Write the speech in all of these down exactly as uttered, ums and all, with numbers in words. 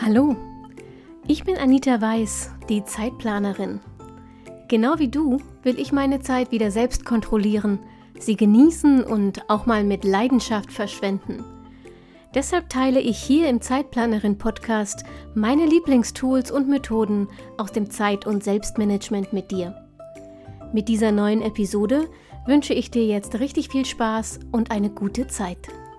Hallo, ich bin Anita Weiß, die Zeitplanerin. Genau wie du will ich meine Zeit wieder selbst kontrollieren, sie genießen und auch mal mit Leidenschaft verschwenden. Deshalb teile ich hier im Zeitplanerin-Podcast meine Lieblingstools und Methoden aus dem Zeit- und Selbstmanagement mit dir. Mit dieser neuen Episode wünsche ich dir jetzt richtig viel Spaß und eine gute Zeit.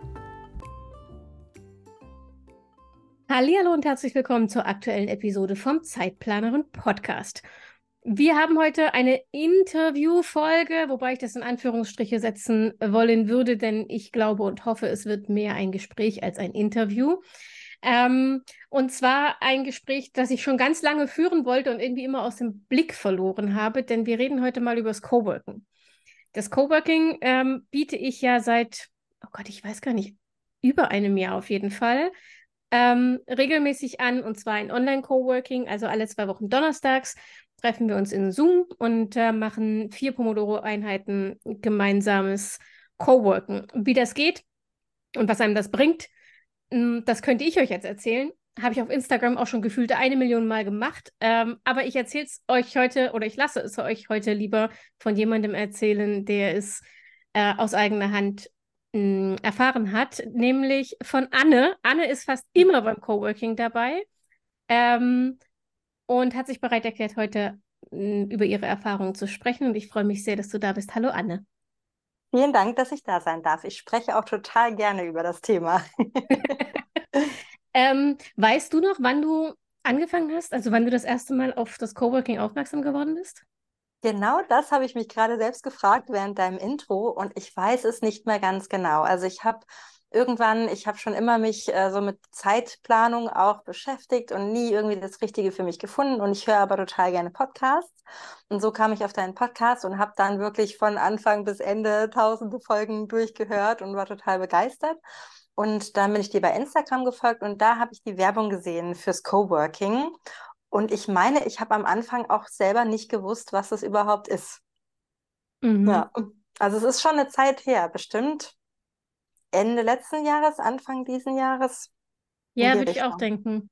Hallihallo und herzlich willkommen zur aktuellen Episode vom Zeitplanerin Podcast. Wir haben heute eine Interviewfolge, wobei ich das in Anführungsstriche setzen wollen würde, denn ich glaube und hoffe, es wird mehr ein Gespräch als ein Interview. Ähm, und zwar ein Gespräch, das ich schon ganz lange führen wollte und irgendwie immer aus dem Blick verloren habe, denn wir reden heute mal über das Coworking. Das Coworking ähm, biete ich ja seit, oh Gott, ich weiß gar nicht, über einem Jahr auf jeden Fall. Ähm, regelmäßig an, und zwar ein Online-Coworking, also alle zwei Wochen donnerstags treffen wir uns in Zoom und äh, machen vier Pomodoro-Einheiten gemeinsames Coworken. Wie das geht und was einem das bringt, mh, das könnte ich euch jetzt erzählen. Habe ich auf Instagram auch schon gefühlte eine Million Mal gemacht. Ähm, aber ich erzähle es euch heute oder ich lasse es euch heute lieber von jemandem erzählen, der es äh, aus eigener Hand mh, erfahren hat, nämlich von Anne. Anne ist fast immer beim Coworking dabei ähm, und hat sich bereit erklärt, heute mh, über ihre Erfahrungen zu sprechen. Und ich freue mich sehr, dass du da bist. Hallo, Anne. Vielen Dank, dass ich da sein darf. Ich spreche auch total gerne über das Thema. Ähm, weißt du noch, wann du angefangen hast, also wann du das erste Mal auf das Coworking aufmerksam geworden bist? Genau das habe ich mich gerade selbst gefragt während deinem Intro und ich weiß es nicht mehr ganz genau. Also ich habe irgendwann, ich habe schon immer mich äh, so mit Zeitplanung auch beschäftigt und nie irgendwie das Richtige für mich gefunden und ich höre aber total gerne Podcasts und so kam ich auf deinen Podcast und habe dann wirklich von Anfang bis Ende tausende Folgen durchgehört und war total begeistert. Und dann bin ich dir bei Instagram gefolgt und da habe ich die Werbung gesehen fürs Coworking. Und ich meine, ich habe am Anfang auch selber nicht gewusst, was das überhaupt ist. Mhm. Ja, also es ist schon eine Zeit her, bestimmt Ende letzten Jahres, Anfang diesen Jahres in Ja, die würde ich auch Richtung. denken.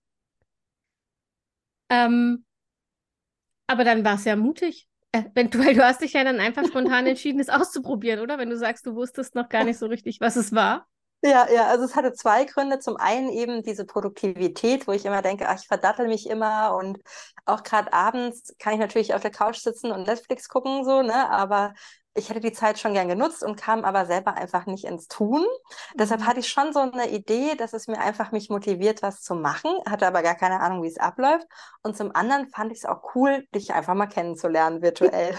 Ähm, aber dann war es ja mutig. Äh, wenn du, weil du hast dich ja dann einfach spontan entschieden, es auszuprobieren, oder? Wenn du sagst, du wusstest noch gar nicht so richtig, was es war. Ja, ja, also es hatte zwei Gründe. Zum einen eben diese Produktivität, wo ich immer denke, ach, ich verdattel mich immer und auch gerade abends kann ich natürlich auf der Couch sitzen und Netflix gucken, so, ne? Aber ich hätte die Zeit schon gern genutzt und kam aber selber einfach nicht ins Tun. Deshalb Mhm. hatte ich schon so eine Idee, dass es mir einfach mich motiviert, was zu machen, hatte aber gar keine Ahnung, wie es abläuft. Und zum anderen fand ich es auch cool, dich einfach mal kennenzulernen virtuell.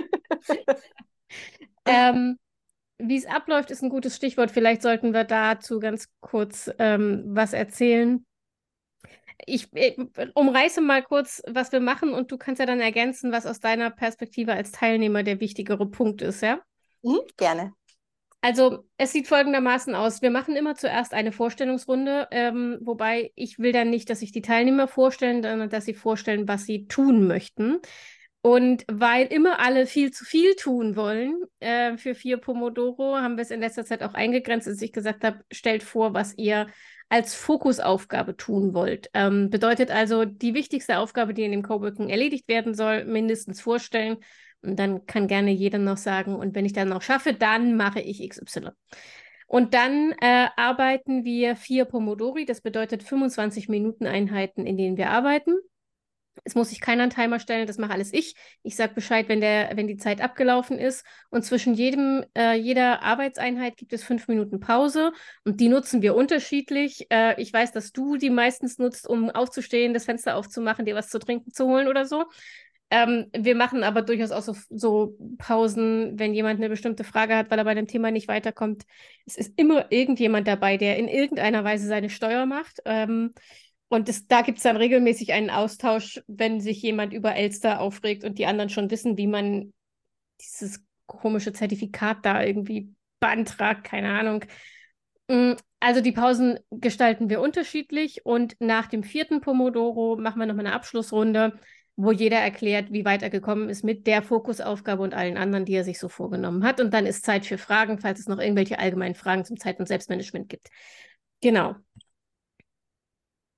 Ähm, Wie es abläuft, ist ein gutes Stichwort. Vielleicht sollten wir dazu ganz kurz ähm, was erzählen. Ich äh, umreiße mal kurz, was wir machen, und du kannst ja dann ergänzen, was aus deiner Perspektive als Teilnehmer der wichtigere Punkt ist, ja? Mhm, gerne. Also, es sieht folgendermaßen aus. Wir machen immer zuerst eine Vorstellungsrunde, ähm, wobei ich will dann nicht, dass sich die Teilnehmer vorstellen, sondern dass sie vorstellen, was sie tun möchten. Und weil immer alle viel zu viel tun wollen äh, für vier Pomodoro, haben wir es in letzter Zeit auch eingegrenzt, dass ich gesagt habe, stellt vor, was ihr als Fokusaufgabe tun wollt. Ähm, bedeutet also, die wichtigste Aufgabe, die in dem Coworking erledigt werden soll, mindestens vorstellen. Und dann kann gerne jeder noch sagen, und wenn ich dann noch schaffe, dann mache ich X Y. Und dann äh, arbeiten wir vier Pomodori, das bedeutet fünfundzwanzig Minuten Einheiten, in denen wir arbeiten. Es muss sich keiner einen Timer stellen, das mache alles ich. Ich sage Bescheid, wenn der, wenn die Zeit abgelaufen ist. Und zwischen jedem, äh, jeder Arbeitseinheit gibt es fünf Minuten Pause und die nutzen wir unterschiedlich. Äh, ich weiß, dass du die meistens nutzt, um aufzustehen, das Fenster aufzumachen, dir was zu trinken zu holen oder so. Ähm, wir machen aber durchaus auch so, so Pausen, wenn jemand eine bestimmte Frage hat, weil er bei dem Thema nicht weiterkommt. Es ist immer irgendjemand dabei, der in irgendeiner Weise seine Steuer macht. Ähm, und das, da gibt es dann regelmäßig einen Austausch, wenn sich jemand über Elster aufregt und die anderen schon wissen, wie man dieses komische Zertifikat da irgendwie beantragt, keine Ahnung. Mm, Also die Pausen gestalten wir unterschiedlich und nach dem vierten Pomodoro machen wir nochmal eine Abschlussrunde, wo jeder erklärt, wie weit er gekommen ist mit der Fokusaufgabe und allen anderen, die er sich so vorgenommen hat. Und dann ist Zeit für Fragen, falls es noch irgendwelche allgemeinen Fragen zum Zeit- und Selbstmanagement gibt. Genau.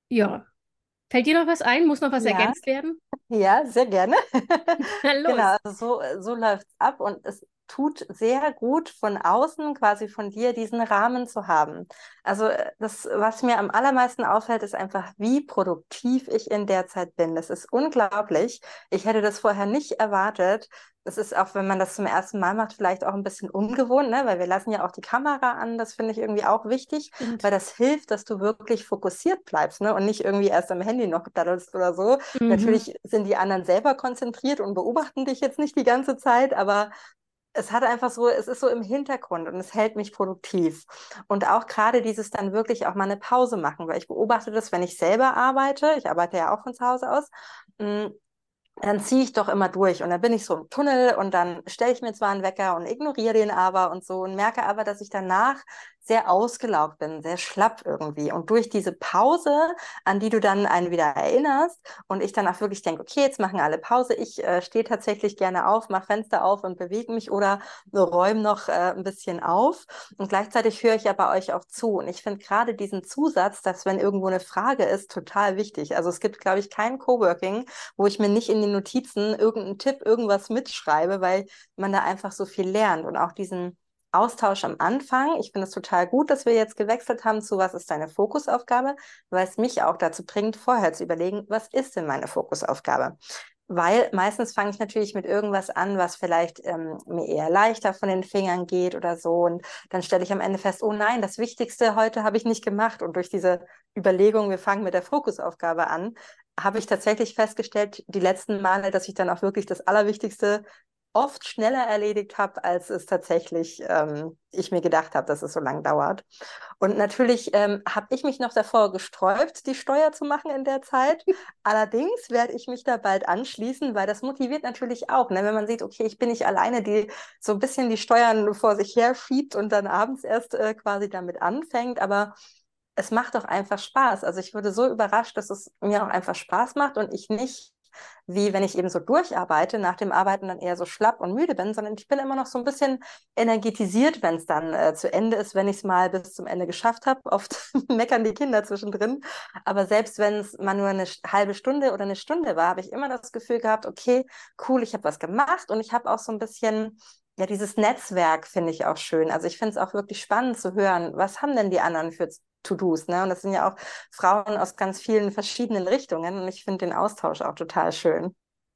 Ja. Fällt dir noch was ein? Muss noch was Ja, ergänzt werden? ja, sehr gerne. Na Genau, los. also so, so läuft es ab und es tut sehr gut von außen, quasi von dir, diesen Rahmen zu haben. Also äh, das, was mir am allermeisten auffällt, ist einfach, wie produktiv ich in der Zeit bin. Das ist unglaublich. Ich hätte das vorher nicht erwartet. Das ist auch, wenn man das zum ersten Mal macht, vielleicht auch ein bisschen ungewohnt, ne? Weil wir lassen ja auch die Kamera an. Das finde ich irgendwie auch wichtig, Stimmt. weil das hilft, dass du wirklich fokussiert bleibst, ne? Und nicht irgendwie erst am Handy noch daddelst oder so. Mhm. Natürlich sind die anderen selber konzentriert und beobachten dich jetzt nicht die ganze Zeit, aber es hat einfach so, es ist so im Hintergrund und es hält mich produktiv. Und auch gerade dieses dann wirklich auch mal eine Pause machen, weil ich beobachte das, wenn ich selber arbeite, ich arbeite ja auch von zu Hause aus, mh, dann ziehe ich doch immer durch und dann bin ich so im Tunnel und dann stelle ich mir zwar einen Wecker und ignoriere den aber und so und merke aber, dass ich danach sehr ausgelaugt bin, sehr schlapp irgendwie. Und durch diese Pause, an die du dann einen wieder erinnerst und ich dann auch wirklich denke, okay, jetzt machen alle Pause. Ich äh, stehe tatsächlich gerne auf, mache Fenster auf und bewege mich oder räume noch äh, ein bisschen auf. Und gleichzeitig höre ich aber euch auch zu. Und ich finde gerade diesen Zusatz, dass wenn irgendwo eine Frage ist, total wichtig. Also es gibt, glaube ich, kein Coworking, wo ich mir nicht in den Notizen irgendeinen Tipp, irgendwas mitschreibe, weil man da einfach so viel lernt und auch diesen Austausch am Anfang. Ich finde es total gut, dass wir jetzt gewechselt haben zu, was ist deine Fokusaufgabe, weil es mich auch dazu bringt, vorher zu überlegen, was ist denn meine Fokusaufgabe? Weil meistens fange ich natürlich mit irgendwas an, was vielleicht ähm, mir eher leichter von den Fingern geht oder so. Und dann stelle ich am Ende fest, oh nein, das Wichtigste heute habe ich nicht gemacht. Und durch diese Überlegung, wir fangen mit der Fokusaufgabe an, habe ich tatsächlich festgestellt, die letzten Male, dass ich dann auch wirklich das Allerwichtigste oft schneller erledigt habe, als es tatsächlich ähm, ich mir gedacht habe, dass es so lang dauert. Und natürlich ähm, habe ich mich noch davor gesträubt, die Steuer zu machen in der Zeit. Allerdings werde ich mich da bald anschließen, weil das motiviert natürlich auch, ne? Wenn man sieht, okay, ich bin nicht alleine, die so ein bisschen die Steuern vor sich her schiebt und dann abends erst äh, quasi damit anfängt, aber es macht doch einfach Spaß. Also ich wurde so überrascht, dass es mir auch einfach Spaß macht und ich nicht, wie wenn ich eben so durcharbeite, nach dem Arbeiten dann eher so schlapp und müde bin, sondern ich bin immer noch so ein bisschen energetisiert, wenn es dann äh, zu Ende ist, wenn ich es mal bis zum Ende geschafft habe. Oft meckern die Kinder zwischendrin. Aber selbst wenn es mal nur eine halbe Stunde oder eine Stunde war, habe ich immer das Gefühl gehabt, okay, cool, ich habe was gemacht und ich habe auch so ein bisschen ja, dieses Netzwerk finde ich auch schön. Also ich finde es auch wirklich spannend zu hören, was haben denn die anderen für To-Dos, ne? Und das sind ja auch Frauen aus ganz vielen verschiedenen Richtungen und ich finde den Austausch auch total schön.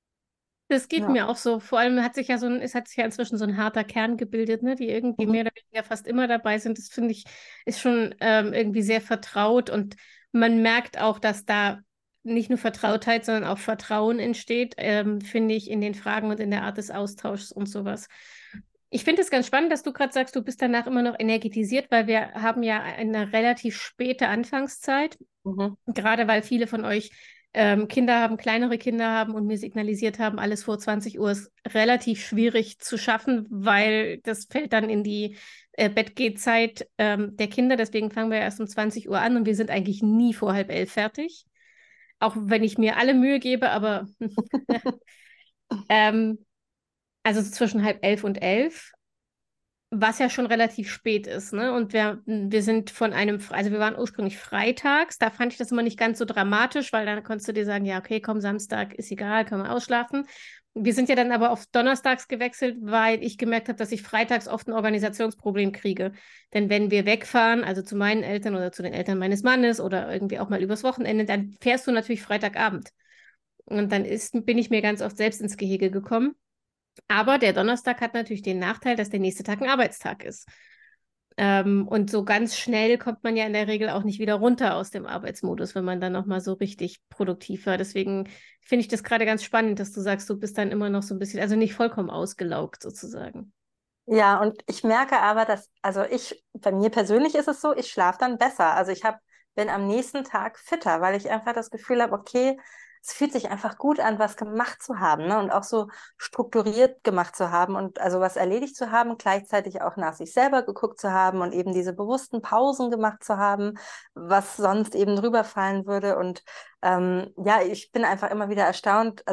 Das geht Ja. mir auch so. Vor allem hat sich ja so ein, es hat sich ja inzwischen so ein harter Kern gebildet, ne, die irgendwie Mhm. mehr oder weniger fast immer dabei sind. Das finde ich, ist schon ähm, irgendwie sehr vertraut und man merkt auch, dass da nicht nur Vertrautheit, sondern auch Vertrauen entsteht, ähm, finde ich, in den Fragen und in der Art des Austauschs und sowas. Ich finde es ganz spannend, dass du gerade sagst, du bist danach immer noch energetisiert, weil wir haben ja eine relativ späte Anfangszeit. Mhm. Gerade weil viele von euch ähm, Kinder haben, kleinere Kinder haben und mir signalisiert haben, alles vor zwanzig Uhr ist relativ schwierig zu schaffen, weil das fällt dann in die äh, Bettgehzeit ähm, der Kinder. Deswegen fangen wir erst um zwanzig Uhr an und wir sind eigentlich nie vor halb elf fertig. Auch wenn ich mir alle Mühe gebe, aber ähm, also so zwischen halb elf und elf. Was ja schon relativ spät ist, ne? Und wir, wir sind von einem, also wir waren ursprünglich freitags, da fand ich das immer nicht ganz so dramatisch, weil dann konntest du dir sagen, ja, okay, komm, Samstag ist egal, können wir ausschlafen. Wir sind ja dann aber auf donnerstags gewechselt, weil ich gemerkt habe, dass ich freitags oft ein Organisationsproblem kriege. Denn wenn wir wegfahren, also zu meinen Eltern oder zu den Eltern meines Mannes oder irgendwie auch mal übers Wochenende, dann fährst du natürlich Freitagabend. Und dann ist, bin ich mir ganz oft selbst ins Gehege gekommen. Aber der Donnerstag hat natürlich den Nachteil, dass der nächste Tag ein Arbeitstag ist. Ähm, und so ganz schnell kommt man ja in der Regel auch nicht wieder runter aus dem Arbeitsmodus, wenn man dann nochmal so richtig produktiv war. Deswegen finde ich das gerade ganz spannend, dass du sagst, du bist dann immer noch so ein bisschen, also nicht vollkommen ausgelaugt sozusagen. Ja, und ich merke aber, dass, also ich, bei mir persönlich ist es so, ich schlafe dann besser. Also ich hab, bin am nächsten Tag fitter, weil ich einfach das Gefühl habe, okay, es fühlt sich einfach gut an, was gemacht zu haben, ne? Und auch so strukturiert gemacht zu haben und also was erledigt zu haben, gleichzeitig auch nach sich selber geguckt zu haben und eben diese bewussten Pausen gemacht zu haben, was sonst eben drüber fallen würde. Und ähm, ja, ich bin einfach immer wieder erstaunt. Also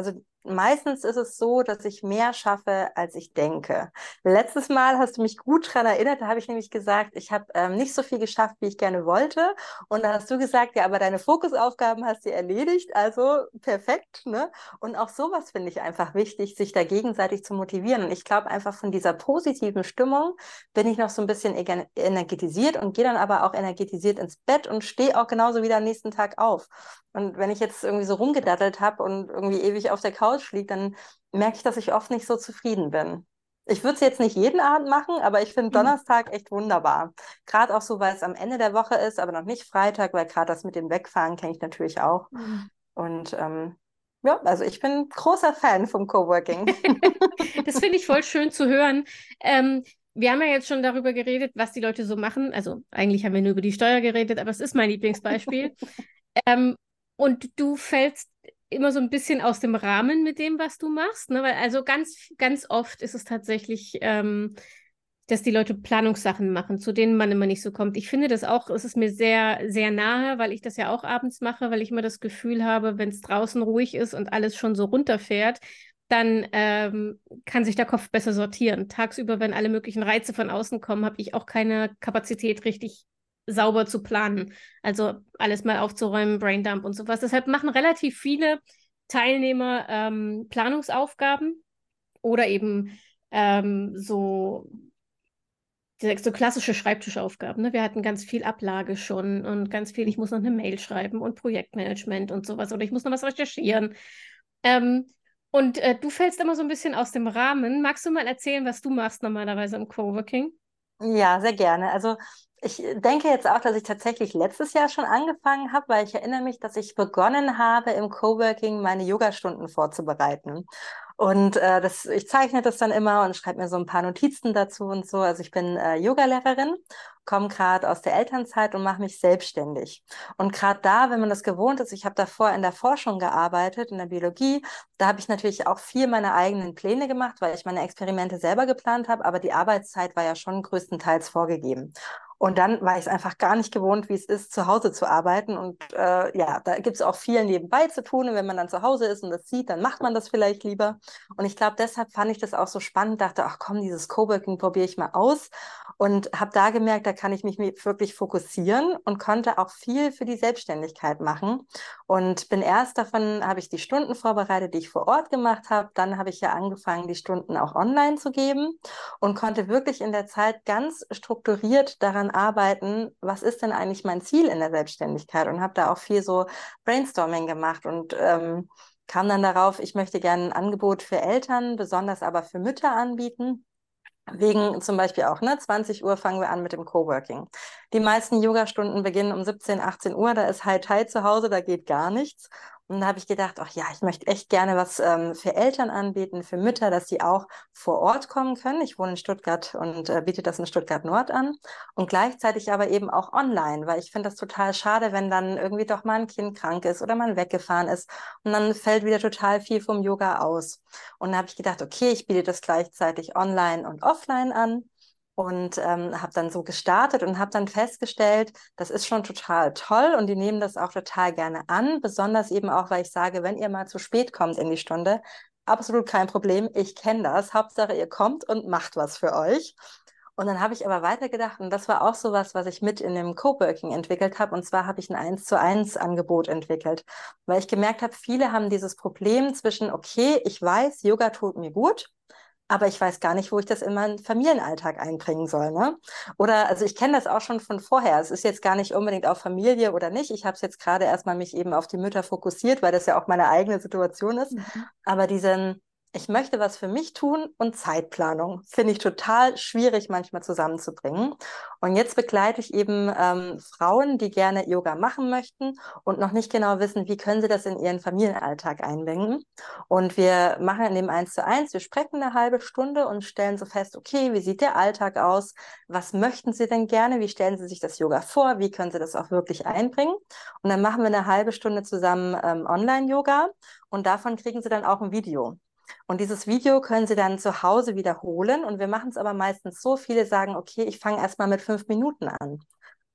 meistens ist es so, dass ich mehr schaffe, als ich denke. Letztes Mal hast du mich gut daran erinnert, da habe ich nämlich gesagt, ich habe ähm, nicht so viel geschafft, wie ich gerne wollte. Und da hast du gesagt, ja, aber deine Fokusaufgaben hast du erledigt, also perfekt, ne? Und auch sowas finde ich einfach wichtig, sich da gegenseitig zu motivieren. Und ich glaube einfach von dieser positiven Stimmung bin ich noch so ein bisschen energetisiert und gehe dann aber auch energetisiert ins Bett und stehe auch genauso wieder am nächsten Tag auf. Und wenn ich jetzt irgendwie so rumgedattelt habe und irgendwie ewig auf der Couch liege, dann merke ich, dass ich oft nicht so zufrieden bin. Ich würde es jetzt nicht jeden Abend machen, aber ich finde Mhm. Donnerstag echt wunderbar. Gerade auch so, weil es am Ende der Woche ist, aber noch nicht Freitag, weil gerade das mit dem Wegfahren kenne ich natürlich auch. Mhm. Und ähm, ja, also ich bin großer Fan vom Coworking. Das finde ich voll schön zu hören. Ähm, wir haben ja jetzt schon darüber geredet, was die Leute so machen. Also eigentlich haben wir nur über die Steuer geredet, aber es ist mein Lieblingsbeispiel. Ähm, und du fällst immer so ein bisschen aus dem Rahmen mit dem, was du machst, ne? Weil also ganz, ganz oft ist es tatsächlich, ähm, dass die Leute Planungssachen machen, zu denen man immer nicht so kommt. Ich finde das auch, es ist mir sehr, sehr nahe, weil ich das ja auch abends mache, weil ich immer das Gefühl habe, wenn es draußen ruhig ist und alles schon so runterfährt, dann ähm, kann sich der Kopf besser sortieren. Tagsüber, wenn alle möglichen Reize von außen kommen, habe ich auch keine Kapazität, richtig sauber zu planen. Also alles mal aufzuräumen, Braindump und sowas. Deshalb machen relativ viele Teilnehmer ähm, Planungsaufgaben oder eben ähm, so, so klassische Schreibtischaufgaben. Ne? Wir hatten ganz viel Ablage schon und ganz viel, ich muss noch eine Mail schreiben und Projektmanagement und sowas oder ich muss noch was recherchieren. Ähm, und äh, du fällst immer so ein bisschen aus dem Rahmen. Magst du mal erzählen, was du machst normalerweise im Coworking? Ja, sehr gerne. Also ich denke jetzt auch, dass ich tatsächlich letztes Jahr schon angefangen habe, weil ich erinnere mich, dass ich begonnen habe, im Coworking meine Yogastunden vorzubereiten. Und äh, das, ich zeichne das dann immer und schreibe mir so ein paar Notizen dazu und so. Also ich bin äh, Yogalehrerin, komme gerade aus der Elternzeit und mache mich selbstständig. Und gerade da, wenn man das gewohnt ist, ich habe davor in der Forschung gearbeitet, in der Biologie, da habe ich natürlich auch viel meine eigenen Pläne gemacht, weil ich meine Experimente selber geplant habe, aber die Arbeitszeit war ja schon größtenteils vorgegeben. Und dann war ich es einfach gar nicht gewohnt, wie es ist, zu Hause zu arbeiten. Und äh, ja, da gibt es auch viel nebenbei zu tun. Und wenn man dann zu Hause ist und das sieht, dann macht man das vielleicht lieber. Und ich glaube, deshalb fand ich das auch so spannend, dachte, ach komm, dieses Coworking probiere ich mal aus. Und habe da gemerkt, da kann ich mich wirklich fokussieren und konnte auch viel für die Selbstständigkeit machen. Und bin erst davon, habe ich die Stunden vorbereitet, die ich vor Ort gemacht habe. Dann habe ich ja angefangen, die Stunden auch online zu geben und konnte wirklich in der Zeit ganz strukturiert daran arbeiten, was ist denn eigentlich mein Ziel in der Selbstständigkeit, und habe da auch viel so Brainstorming gemacht und ähm, kam dann darauf, ich möchte gerne ein Angebot für Eltern, besonders aber für Mütter anbieten. Wegen zum Beispiel auch, ne, zwanzig Uhr fangen wir an mit dem Coworking. Die meisten Yogastunden beginnen um siebzehn, achtzehn Uhr, da ist High Tide zu Hause, da geht gar nichts. Und da habe ich gedacht, ach ja, ich möchte echt gerne was ähm, für Eltern anbieten, für Mütter, dass sie auch vor Ort kommen können. Ich wohne in Stuttgart und äh, biete das in Stuttgart Nord an. Und gleichzeitig aber eben auch online, weil ich finde das total schade, wenn dann irgendwie doch mal ein Kind krank ist oder man weggefahren ist und dann fällt wieder total viel vom Yoga aus. Und da habe ich gedacht, okay, ich biete das gleichzeitig online und offline an und ähm, habe dann so gestartet und habe dann festgestellt, das ist schon total toll und die nehmen das auch total gerne an, besonders eben auch, weil ich sage, wenn ihr mal zu spät kommt in die Stunde, absolut kein Problem, ich kenne das, Hauptsache ihr kommt und macht was für euch. Und dann habe ich aber weitergedacht, und das war auch so was, was ich mit in dem Coworking entwickelt habe. Und zwar habe ich ein eins zu eins Angebot entwickelt, weil ich gemerkt habe, viele haben dieses Problem zwischen, okay, ich weiß, Yoga tut mir gut, aber ich weiß gar nicht, wo ich das in meinen Familienalltag einbringen soll, ne? Oder, also ich kenne das auch schon von vorher. Es ist jetzt gar nicht unbedingt auf Familie oder nicht. Ich habe es jetzt gerade erstmal mich eben auf die Mütter fokussiert, weil das ja auch meine eigene Situation ist. Mhm. Aber diesen, ich möchte was für mich tun und Zeitplanung finde ich total schwierig manchmal zusammenzubringen. Und jetzt begleite ich eben ähm, Frauen, die gerne Yoga machen möchten und noch nicht genau wissen, wie können sie das in ihren Familienalltag einbringen. Und wir machen in dem eins zu eins, wir sprechen eine halbe Stunde und stellen so fest, okay, wie sieht der Alltag aus? Was möchten Sie denn gerne? Wie stellen Sie sich das Yoga vor? Wie können Sie das auch wirklich einbringen? Und dann machen wir eine halbe Stunde zusammen ähm, Online-Yoga und davon kriegen Sie dann auch ein Video. Und dieses Video können Sie dann zu Hause wiederholen. Und wir machen es aber meistens so, viele sagen, okay, ich fange erstmal mit fünf Minuten an.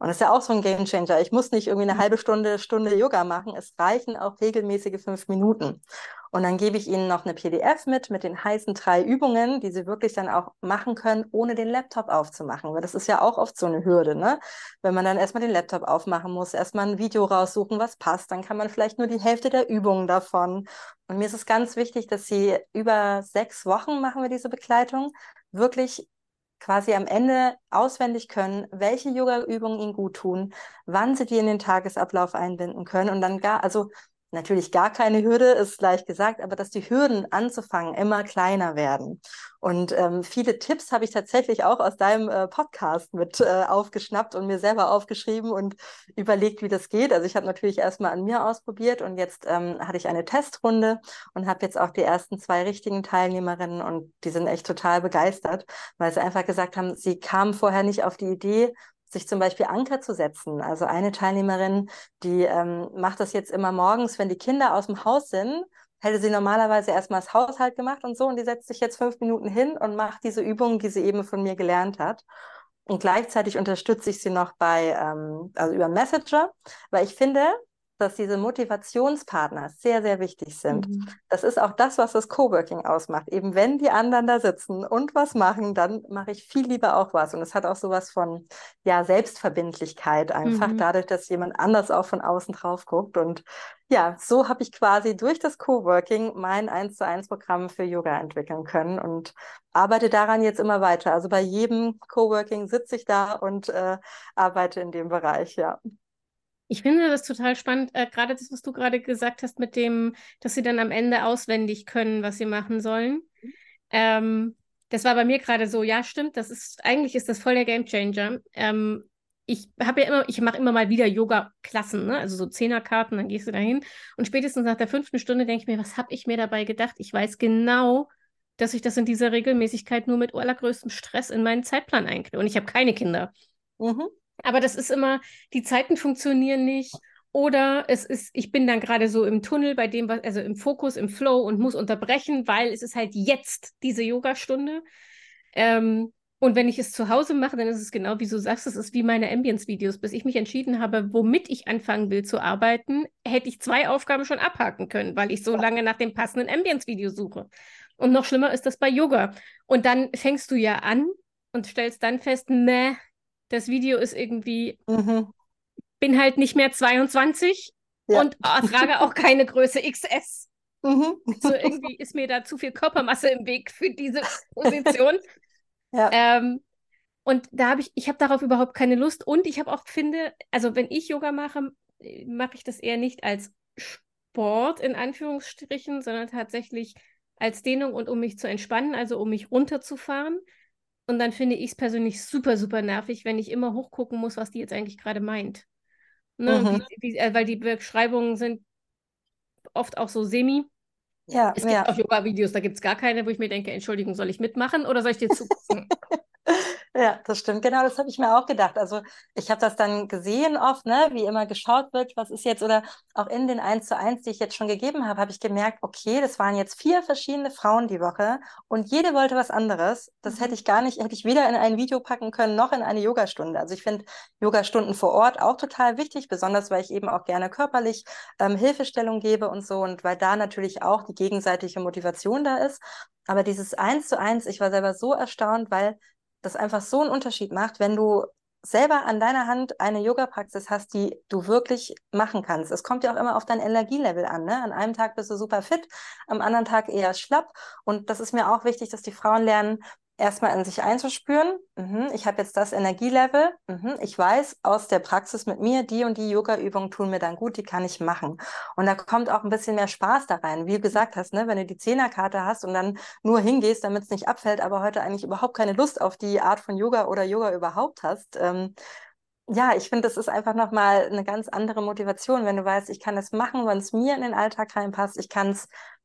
Und das ist ja auch so ein Gamechanger. Ich muss nicht irgendwie eine halbe Stunde, Stunde Yoga machen. Es reichen auch regelmäßige fünf Minuten. Und dann gebe ich Ihnen noch eine P D F mit, mit den heißen drei Übungen, die Sie wirklich dann auch machen können, ohne den Laptop aufzumachen. Weil das ist ja auch oft so eine Hürde, ne? Wenn man dann erstmal den Laptop aufmachen muss, erstmal ein Video raussuchen, was passt, dann kann man vielleicht nur die Hälfte der Übungen davon. Und mir ist es ganz wichtig, dass Sie über sechs Wochen machen wir diese Begleitung, wirklich quasi am Ende auswendig können, welche Yoga-Übungen ihnen gut tun, wann sie die in den Tagesablauf einbinden können und dann gar, also natürlich gar keine Hürde, ist leicht gesagt, aber dass die Hürden anzufangen immer kleiner werden. Und ähm, viele Tipps habe ich tatsächlich auch aus deinem äh, Podcast mit äh, aufgeschnappt und mir selber aufgeschrieben und überlegt, wie das geht. Also ich habe natürlich erstmal an mir ausprobiert und jetzt ähm, hatte ich eine Testrunde und habe jetzt auch die ersten zwei richtigen Teilnehmerinnen und die sind echt total begeistert, weil sie einfach gesagt haben, sie kamen vorher nicht auf die Idee, sich zum Beispiel Anker zu setzen. Also eine Teilnehmerin, die ähm, macht das jetzt immer morgens, wenn die Kinder aus dem Haus sind, hätte sie normalerweise erstmal das Haushalt gemacht und so und die setzt sich jetzt fünf Minuten hin und macht diese Übungen, die sie eben von mir gelernt hat. Und gleichzeitig unterstütze ich sie noch bei, ähm, also über Messenger, weil ich finde, dass diese Motivationspartner sehr, sehr wichtig sind. Mhm. Das ist auch das, was das Coworking ausmacht. Eben wenn die anderen da sitzen und was machen, dann mache ich viel lieber auch was. Und es hat auch sowas von, ja, Selbstverbindlichkeit einfach, Mhm. dadurch, dass jemand anders auch von außen drauf guckt. Und ja, so habe ich quasi durch das Coworking mein eins zu eins Programm für Yoga entwickeln können und arbeite daran jetzt immer weiter. Also bei jedem Coworking sitze ich da und äh, arbeite in dem Bereich, ja. Ich finde das total spannend, äh, gerade das, was du gerade gesagt hast, mit dem, dass sie dann am Ende auswendig können, was sie machen sollen. Ähm, Das war bei mir gerade so, ja, stimmt, das ist, eigentlich ist das voll der Gamechanger. Ähm, ich habe ja immer, ich mache immer mal wieder Yoga-Klassen, ne? Also so Zehnerkarten, dann gehst du dahin. Und spätestens nach der fünften Stunde denke ich mir, was habe ich mir dabei gedacht? Ich weiß genau, dass ich das in dieser Regelmäßigkeit nur mit allergrößtem Stress in meinen Zeitplan einkriege. Und ich habe keine Kinder. Mhm. Aber das ist immer, die Zeiten funktionieren nicht. Oder es ist, ich bin dann gerade so im Tunnel bei dem, was, also im Fokus, im Flow und muss unterbrechen, weil es ist halt jetzt diese Yogastunde. Ähm, und wenn ich es zu Hause mache, dann ist es genau wie du sagst, es ist wie meine Ambience-Videos. Bis ich mich entschieden habe, womit ich anfangen will zu arbeiten, hätte ich zwei Aufgaben schon abhaken können, weil ich so lange nach dem passenden Ambience-Video suche. Und noch schlimmer ist das bei Yoga. Und dann fängst du ja an und stellst dann fest, ne, das Video ist irgendwie, Mhm. bin halt nicht mehr zweiundzwanzig Ja. und äh, trage auch keine Größe X S. Mhm. So irgendwie ist mir da zu viel Körpermasse im Weg für diese Position. Ja. Ähm, und da habe ich, ich habe darauf überhaupt keine Lust. Und ich habe auch finde, also wenn ich Yoga mache, äh, mache ich das eher nicht als Sport in Anführungsstrichen, sondern tatsächlich als Dehnung und um mich zu entspannen, also um mich runterzufahren. Und dann finde ich es persönlich super, super nervig, wenn ich immer hochgucken muss, was die jetzt eigentlich gerade meint. Ne, wie, Mhm. wie, äh, weil die Beschreibungen sind oft auch so semi. Ja, Es gibt ja. auch Yoga-Videos, da gibt es gar keine, wo ich mir denke, Entschuldigung, soll ich mitmachen oder soll ich dir zugucken? Ja, das stimmt. Genau, das habe ich mir auch gedacht. Also ich habe das dann gesehen oft, ne, wie immer geschaut wird, was ist jetzt, oder auch in den eins zu eins, die ich jetzt schon gegeben habe, habe ich gemerkt, okay, das waren jetzt vier verschiedene Frauen die Woche und jede wollte was anderes. Das hätte Mhm. ich gar nicht, hätte ich weder in ein Video packen können, noch in eine Yogastunde. Also ich finde Yogastunden vor Ort auch total wichtig, besonders weil ich eben auch gerne körperlich ähm, Hilfestellung gebe und so und weil da natürlich auch die gegenseitige Motivation da ist. Aber dieses eins zu eins, ich war selber so erstaunt, weil das einfach so einen Unterschied macht, wenn du selber an deiner Hand eine Yoga-Praxis hast, die du wirklich machen kannst. Es kommt ja auch immer auf dein Energielevel an, ne? An einem Tag bist du super fit, am anderen Tag eher schlapp. Und das ist mir auch wichtig, dass die Frauen lernen, erstmal in sich einzuspüren. Mhm, ich habe jetzt das Energielevel. Mhm, ich weiß aus der Praxis mit mir, die und die Yoga-Übungen tun mir dann gut, die kann ich machen. Und da kommt auch ein bisschen mehr Spaß da rein. Wie du gesagt hast, ne? Wenn du die Zehnerkarte hast und dann nur hingehst, damit es nicht abfällt, aber heute eigentlich überhaupt keine Lust auf die Art von Yoga oder Yoga überhaupt hast. Ähm, ja, ich finde, das ist einfach nochmal eine ganz andere Motivation, wenn du weißt, ich kann es machen, wenn es mir in den Alltag reinpasst. Ich kann es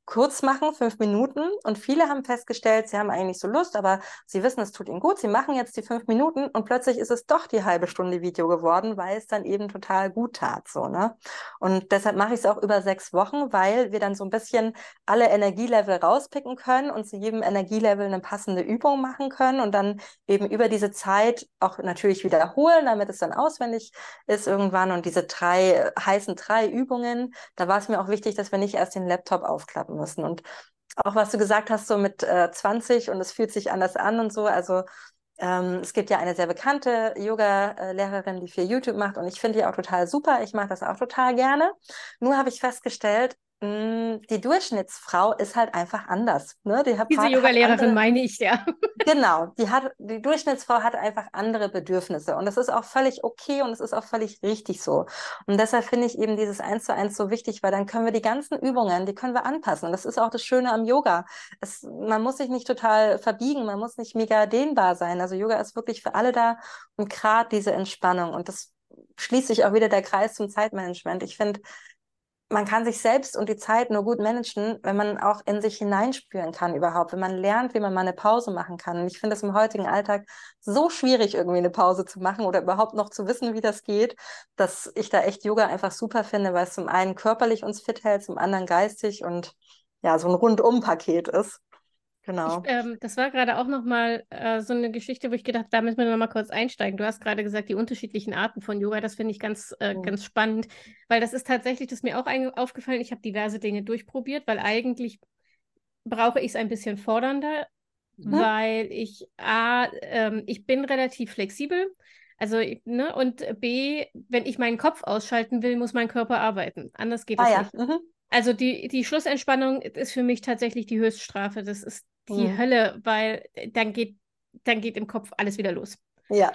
kurz machen, fünf Minuten. Und viele haben festgestellt, sie haben eigentlich nicht so Lust, aber sie wissen, es tut ihnen gut. Sie machen jetzt die fünf Minuten und plötzlich ist es doch die halbe Stunde Video geworden, weil es dann eben total gut tat, so, ne? Und deshalb mache ich es auch über sechs Wochen, weil wir dann so ein bisschen alle Energielevel rauspicken können und zu jedem Energielevel eine passende Übung machen können und dann eben über diese Zeit auch natürlich wiederholen, damit es dann auswendig ist irgendwann. Und diese drei heißen drei Übungen, da war es mir auch wichtig, dass wir nicht erst den Laptop aufklappen müssen. Und auch was du gesagt hast, so mit äh, zwanzig und es fühlt sich anders an und so, also ähm, es gibt ja eine sehr bekannte Yoga-Lehrerin, die viel YouTube macht und ich finde die auch total super. Ich mache das auch total gerne. Nur habe ich festgestellt, mh, die Durchschnittsfrau ist halt einfach anders. Ne? Die hat, Diese hat Yoga-Lehrerin andere. meine ich, ja. Genau, die hat, die Durchschnittsfrau hat einfach andere Bedürfnisse und das ist auch völlig okay und es ist auch völlig richtig so. Und deshalb finde ich eben dieses Eins zu eins so wichtig, weil dann können wir die ganzen Übungen, die können wir anpassen. Und das ist auch das Schöne am Yoga. Es, man muss sich nicht total verbiegen, man muss nicht mega dehnbar sein. Also Yoga ist wirklich für alle da und gerade diese Entspannung und das schließt sich auch wieder der Kreis zum Zeitmanagement. Ich finde, man kann sich selbst und die Zeit nur gut managen, wenn man auch in sich hineinspüren kann überhaupt, wenn man lernt, wie man mal eine Pause machen kann. Und ich finde es im heutigen Alltag so schwierig, irgendwie eine Pause zu machen oder überhaupt noch zu wissen, wie das geht, dass ich da echt Yoga einfach super finde, weil es zum einen körperlich uns fit hält, zum anderen geistig und ja, so ein Rundum-Paket ist. Ich, Genau. ähm, das war gerade auch nochmal äh, so eine Geschichte, wo ich gedacht, da müssen wir nochmal kurz einsteigen. Du hast gerade gesagt, die unterschiedlichen Arten von Yoga, das finde ich ganz, äh, Mhm. ganz spannend, weil das ist tatsächlich, das ist mir auch ein- aufgefallen, ich habe diverse Dinge durchprobiert, weil eigentlich brauche ich es ein bisschen fordernder, Mhm. weil ich, A, ähm, ich bin relativ flexibel, also, ich- ne, und B, wenn ich meinen Kopf ausschalten will, muss mein Körper arbeiten. Anders geht Ah es ja. nicht. Mhm. Also die, die Schlussentspannung ist für mich tatsächlich die Höchststrafe. Das ist die Mhm. Hölle, weil dann geht, dann geht im Kopf alles wieder los. Ja.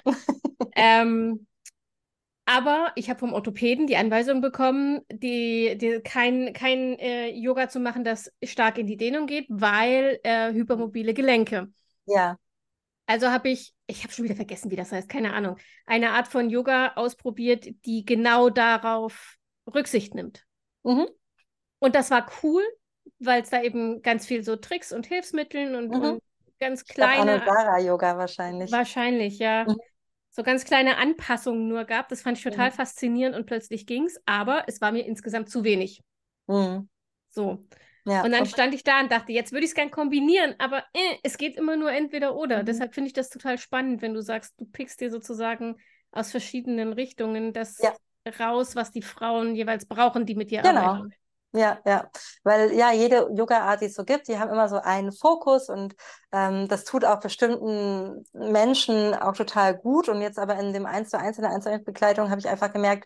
Ähm, aber ich habe vom Orthopäden die Anweisung bekommen, die, die, kein, kein äh, Yoga zu machen, das stark in die Dehnung geht, weil äh, hypermobile Gelenke. Ja. Also habe ich, ich habe schon wieder vergessen, wie das heißt, keine Ahnung, eine Art von Yoga ausprobiert, die genau darauf Rücksicht nimmt. Mhm. Und das war cool, weil es da eben ganz viel so Tricks und Hilfsmitteln und, Mhm. und ganz Ich glaube, kleine, Anudara-Yoga wahrscheinlich. wahrscheinlich, ja, Mhm. so ganz kleine Anpassungen nur gab. Das fand ich total Mhm. faszinierend und plötzlich ging's, aber es war mir insgesamt zu wenig. Mhm. So. Ja. Und dann Und, stand ich da und dachte, jetzt würde ich es gern kombinieren, aber äh, es geht immer nur entweder oder. mhm. Deshalb finde ich das total spannend, wenn du sagst, du pickst dir sozusagen aus verschiedenen Richtungen das Ja. raus, was die Frauen jeweils brauchen, die mit dir Genau, arbeiten. ja, ja. Weil ja, jede Yoga-Art, die es so gibt, die haben immer so einen Fokus und ähm, das tut auch bestimmten Menschen auch total gut. Und jetzt aber in dem eins zu eins, in der eins zu eins Begleitung habe ich einfach gemerkt,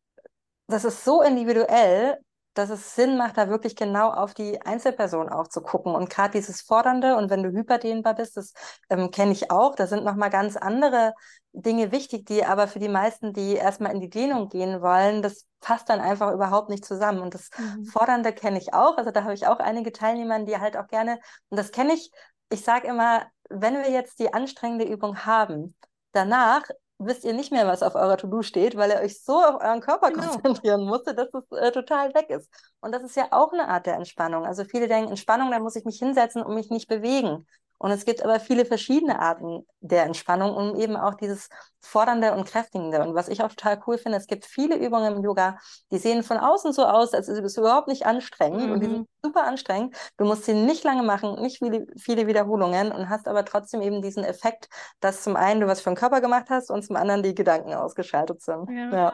das ist so individuell, dass es Sinn macht, da wirklich genau auf die Einzelperson auch zu gucken. Und gerade dieses Fordernde und wenn du hyperdehnbar bist, das ähm, kenne ich auch, da sind nochmal ganz andere Dinge wichtig, die aber für die meisten, die erstmal in die Dehnung gehen wollen, das passt dann einfach überhaupt nicht zusammen. Und das Mhm. Fordernde kenne ich auch. Also da habe ich auch einige Teilnehmer, die halt auch gerne, und das kenne ich, ich sage immer, wenn wir jetzt die anstrengende Übung haben, danach wisst ihr nicht mehr, was auf eurer To-Do steht, weil ihr euch so auf euren Körper Genau. konzentrieren musstet, dass es äh, total weg ist. Und das ist ja auch eine Art der Entspannung. Also viele denken, Entspannung, da muss ich mich hinsetzen und mich nicht bewegen. Und es gibt aber viele verschiedene Arten der Entspannung und eben auch dieses Fordernde und Kräftigende. Und was ich auch total cool finde, es gibt viele Übungen im Yoga, die sehen von außen so aus, als ist es überhaupt nicht anstrengend und die sind Mhm. super anstrengend. Du musst sie nicht lange machen, nicht viele, viele Wiederholungen und hast aber trotzdem eben diesen Effekt, dass zum einen du was für den Körper gemacht hast und zum anderen die Gedanken ausgeschaltet sind. Ja. Ja.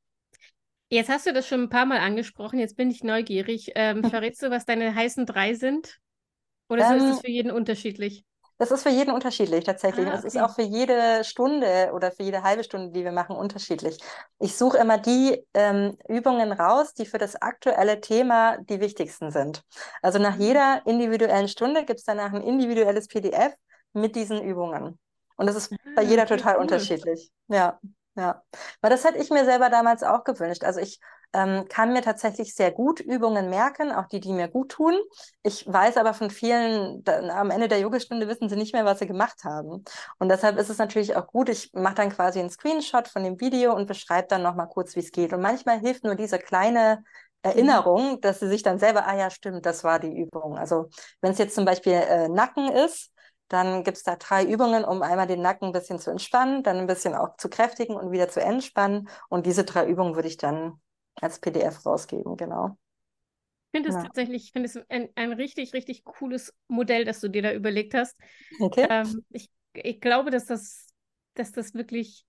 Jetzt hast du das schon ein paar Mal angesprochen, jetzt bin ich neugierig. Ähm, verrätst du, was deine heißen drei sind? Oder so ist es Ähm, für jeden unterschiedlich? Das ist für jeden unterschiedlich tatsächlich. Und Ah, es ist okay. auch für jede Stunde oder für jede halbe Stunde, die wir machen, unterschiedlich. Ich suche immer die ähm, Übungen raus, die für das aktuelle Thema die wichtigsten sind. Also nach jeder individuellen Stunde gibt es danach ein individuelles P D F mit diesen Übungen. Und das ist bei Ah, jeder okay, total cool. unterschiedlich. Ja, ja. Weil das hätte ich mir selber damals auch gewünscht. Also ich ähm, kann mir tatsächlich sehr gut Übungen merken, auch die, die mir gut tun. Ich weiß aber von vielen, da, am Ende der Yogastunde wissen sie nicht mehr, was sie gemacht haben. Und deshalb ist es natürlich auch gut, ich mache dann quasi einen Screenshot von dem Video und beschreibe dann nochmal kurz, wie es geht. Und manchmal hilft nur diese kleine Mhm. Erinnerung, dass sie sich dann selber, ah ja, stimmt, das war die Übung. Also wenn es jetzt zum Beispiel äh, Nacken ist, dann gibt es da drei Übungen, um einmal den Nacken ein bisschen zu entspannen, dann ein bisschen auch zu kräftigen und wieder zu entspannen. Und diese drei Übungen würde ich dann als P D F rausgeben, genau. Ich finde es Ja. tatsächlich, ich finde es ein, ein richtig, richtig cooles Modell, das du dir da überlegt hast. Okay. Ähm, ich, ich glaube, dass das, dass das wirklich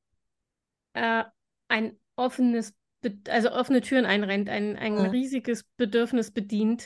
äh, ein offenes, Be also offene Türen einrennt, ein, ein Mhm. riesiges Bedürfnis bedient.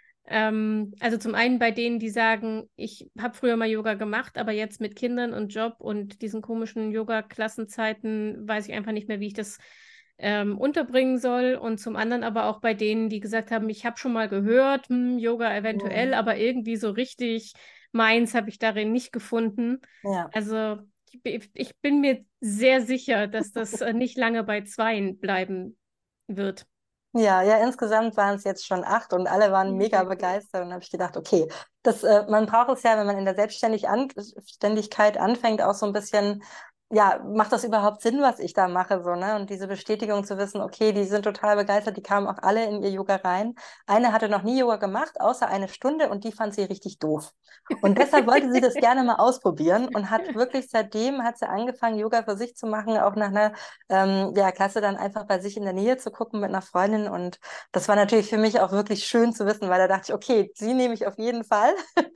Ähm, also zum einen bei denen, die sagen, ich habe früher mal Yoga gemacht, aber jetzt mit Kindern und Job und diesen komischen Yoga-Klassenzeiten weiß ich einfach nicht mehr, wie ich das ähm, unterbringen soll. Und zum anderen aber auch bei denen, die gesagt haben, ich habe schon mal gehört, hm, Yoga eventuell, Mhm. aber irgendwie so richtig meins habe ich darin nicht gefunden. Ja. Also ich, ich bin mir sehr sicher, dass das äh, nicht lange bei zweien bleiben wird. Ja, ja, insgesamt waren es jetzt schon acht und alle waren mega Sehr cool. begeistert. Und da habe ich gedacht, okay, das, äh, man braucht es ja, wenn man in der Selbstständig an Ständigkeit anfängt, auch so ein bisschen, ja, macht das überhaupt Sinn, was ich da mache, so, ne? Und diese Bestätigung zu wissen, okay, die sind total begeistert, die kamen auch alle in ihr Yoga rein. Eine hatte noch nie Yoga gemacht, außer eine Stunde und die fand sie richtig doof. Und deshalb wollte sie das gerne mal ausprobieren und hat wirklich seitdem hat sie angefangen, Yoga für sich zu machen, auch nach einer ähm, ja, klasse, dann einfach bei sich in der Nähe zu gucken mit einer Freundin. Und das war natürlich für mich auch wirklich schön zu wissen, weil da dachte ich, okay, sie nehme ich auf jeden Fall,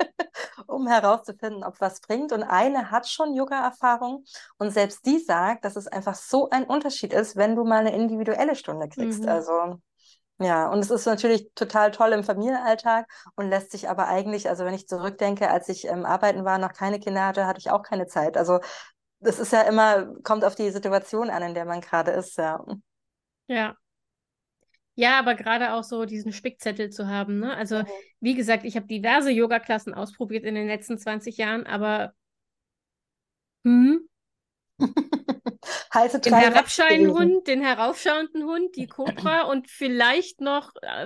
um herauszufinden, ob was bringt. Und eine hat schon Yoga-Erfahrung und selbst die sagt, dass es einfach so ein Unterschied ist, wenn du mal eine individuelle Stunde kriegst. Mhm. Also ja, und es ist natürlich total toll im Familienalltag und lässt sich aber eigentlich, also wenn ich zurückdenke, als ich ähm, arbeiten war, noch keine Kinder hatte, hatte ich auch keine Zeit. Also das ist ja immer, kommt auf die Situation an, in der man gerade ist, ja. Ja. Ja, aber gerade auch so diesen Spickzettel zu haben, ne? Also, Mhm. wie gesagt, ich habe diverse Yoga-Klassen ausprobiert in den letzten zwanzig Jahren, aber hm, Heiße den drei wären es gewesen. herabschauenden den heraufschauenden Hund, die Kobra und vielleicht noch äh,